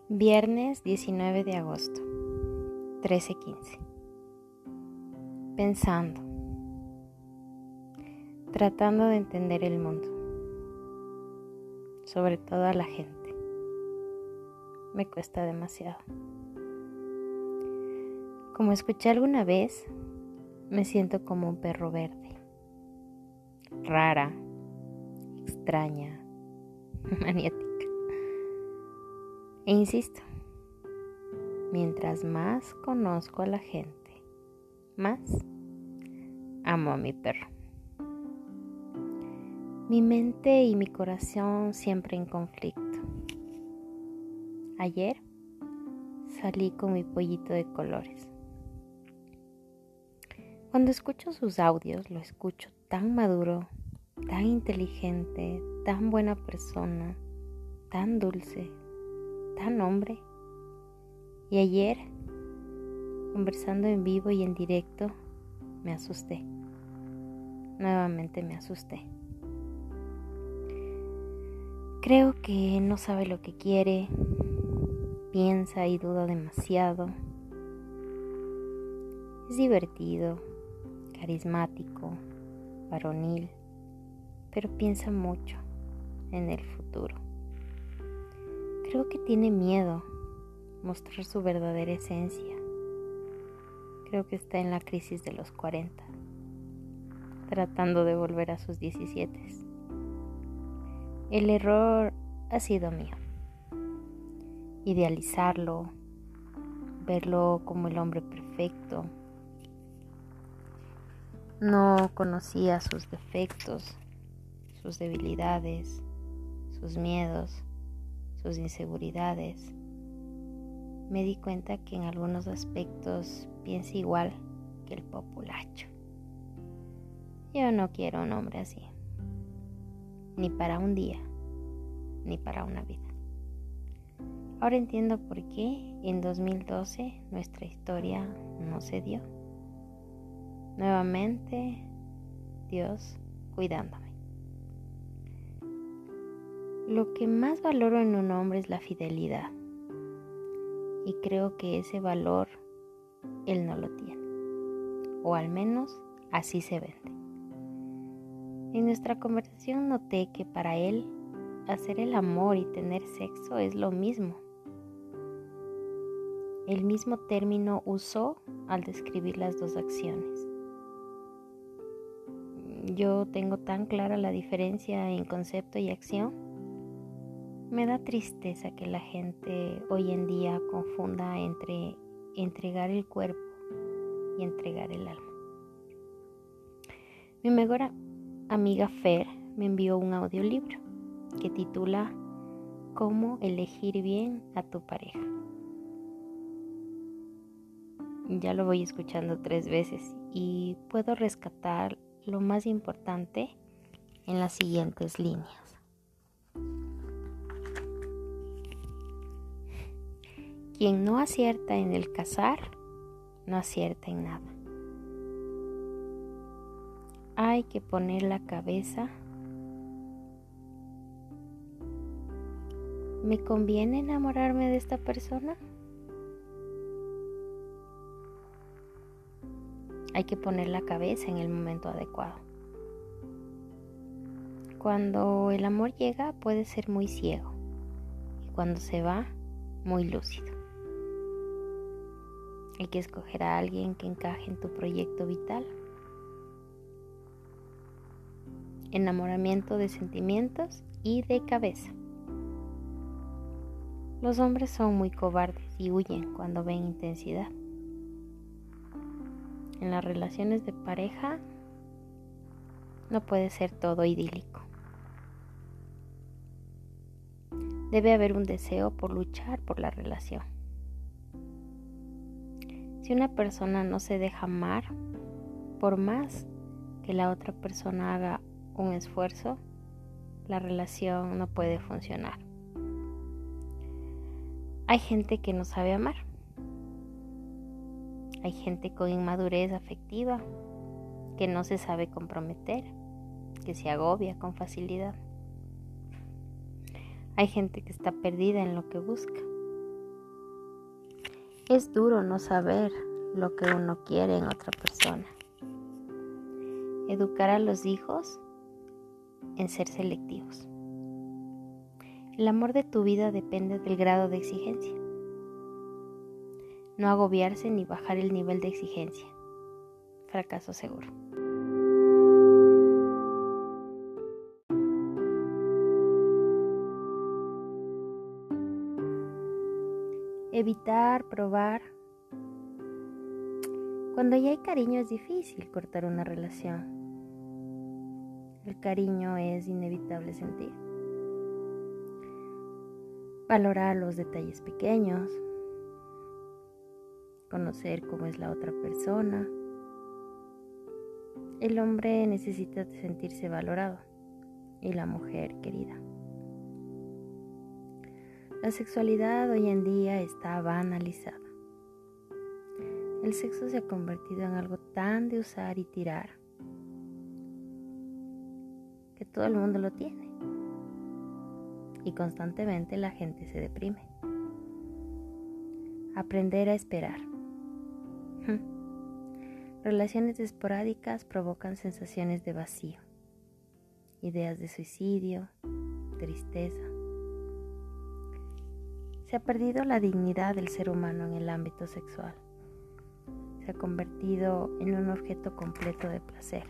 Viernes 19 de agosto, 13:15. Pensando, tratando de entender el mundo, sobre todo a la gente. Me cuesta demasiado. Como escuché alguna vez, me siento como un perro verde, rara, extraña, maniática. E insisto, mientras más conozco a la gente, más amo a mi perro. Mi mente y mi corazón siempre en conflicto. Ayer salí con mi pollito de colores. Cuando escucho sus audios, lo escucho tan maduro, tan inteligente, tan buena persona, tan dulce, tan hombre. Y ayer, conversando en vivo y en directo, me asusté. Nuevamente me asusté. Creo que no sabe lo que quiere, piensa y duda demasiado. Es divertido, carismático, varonil, pero piensa mucho en el futuro. Creo que tiene miedo mostrar su verdadera esencia. Creo que está en la crisis de los 40, tratando de volver a sus 17. El error ha sido mío. Idealizarlo, verlo como el hombre perfecto. No conocía sus defectos, sus debilidades, sus miedos, sus inseguridades. Me di cuenta que en algunos aspectos piensa igual que el populacho. Yo no quiero un hombre así, ni para un día, ni para una vida. Ahora entiendo por qué en 2012 nuestra historia no se dio. Nuevamente, Dios cuidándome. Lo que más valoro en un hombre es la fidelidad. Y creo que ese valor él no lo tiene. O al menos así se vende. En nuestra conversación noté que para él hacer el amor y tener sexo es lo mismo. El mismo término usó al describir las dos acciones. Yo tengo tan clara la diferencia en concepto y acción. Me da tristeza que la gente hoy en día confunda entre entregar el cuerpo y entregar el alma. Mi mejor amiga Fer me envió un audiolibro que titula Cómo elegir bien a tu pareja. Ya lo voy escuchando 3 veces y puedo rescatar lo más importante en las siguientes líneas. Quien no acierta en el casar, no acierta en nada. Hay que poner la cabeza. ¿Me conviene enamorarme de esta persona? Hay que poner la cabeza en el momento adecuado. Cuando el amor llega puede ser muy ciego y cuando se va, muy lúcido. Hay que escoger a alguien que encaje en tu proyecto vital. Enamoramiento de sentimientos y de cabeza. Los hombres son muy cobardes y huyen cuando ven intensidad. En las relaciones de pareja no puede ser todo idílico. Debe haber un deseo por luchar por la relación. Si una persona no se deja amar, por más que la otra persona haga un esfuerzo, la relación no puede funcionar. Hay gente que no sabe amar. Hay gente con inmadurez afectiva, que no se sabe comprometer, que se agobia con facilidad. Hay gente que está perdida en lo que busca. Es duro no saber lo que uno quiere en otra persona. Educar a los hijos en ser selectivos. El amor de tu vida depende del grado de exigencia. No agobiarse ni bajar el nivel de exigencia. Fracaso seguro. Evitar, probar. Cuando ya hay cariño es difícil cortar una relación. El cariño es inevitable sentir. Valorar los detalles pequeños. Conocer cómo es la otra persona. El hombre necesita sentirse valorado y la mujer querida. La sexualidad hoy en día está banalizada. El sexo se ha convertido en algo tan de usar y tirar que todo el mundo lo tiene y constantemente la gente se deprime. Aprender a esperar. Relaciones esporádicas provocan sensaciones de vacío, ideas de suicidio, tristeza. Se ha perdido la dignidad del ser humano en el ámbito sexual. Se ha convertido en un objeto completo de placer.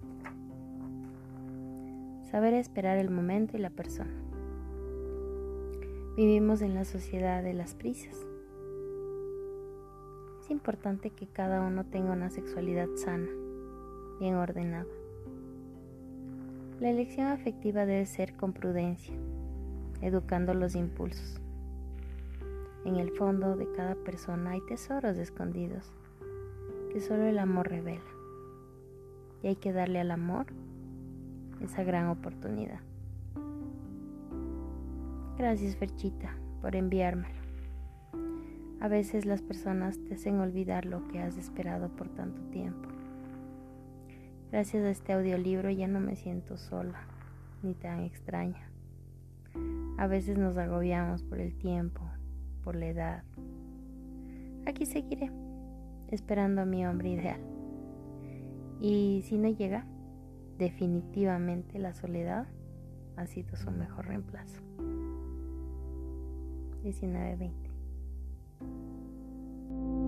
Saber esperar el momento y la persona. Vivimos en la sociedad de las prisas. Es importante que cada uno tenga una sexualidad sana, bien ordenada. La elección afectiva debe ser con prudencia, educando los impulsos. En el fondo de cada persona hay tesoros escondidos que solo el amor revela. Y hay que darle al amor esa gran oportunidad. Gracias, Ferchita, por enviármelo. A veces las personas te hacen olvidar lo que has esperado por tanto tiempo. Gracias a este audiolibro ya no me siento sola ni tan extraña. A veces nos agobiamos por el tiempo, por la edad. Aquí seguiré, esperando a mi hombre ideal. Y si no llega, definitivamente la soledad ha sido su mejor reemplazo. 19:20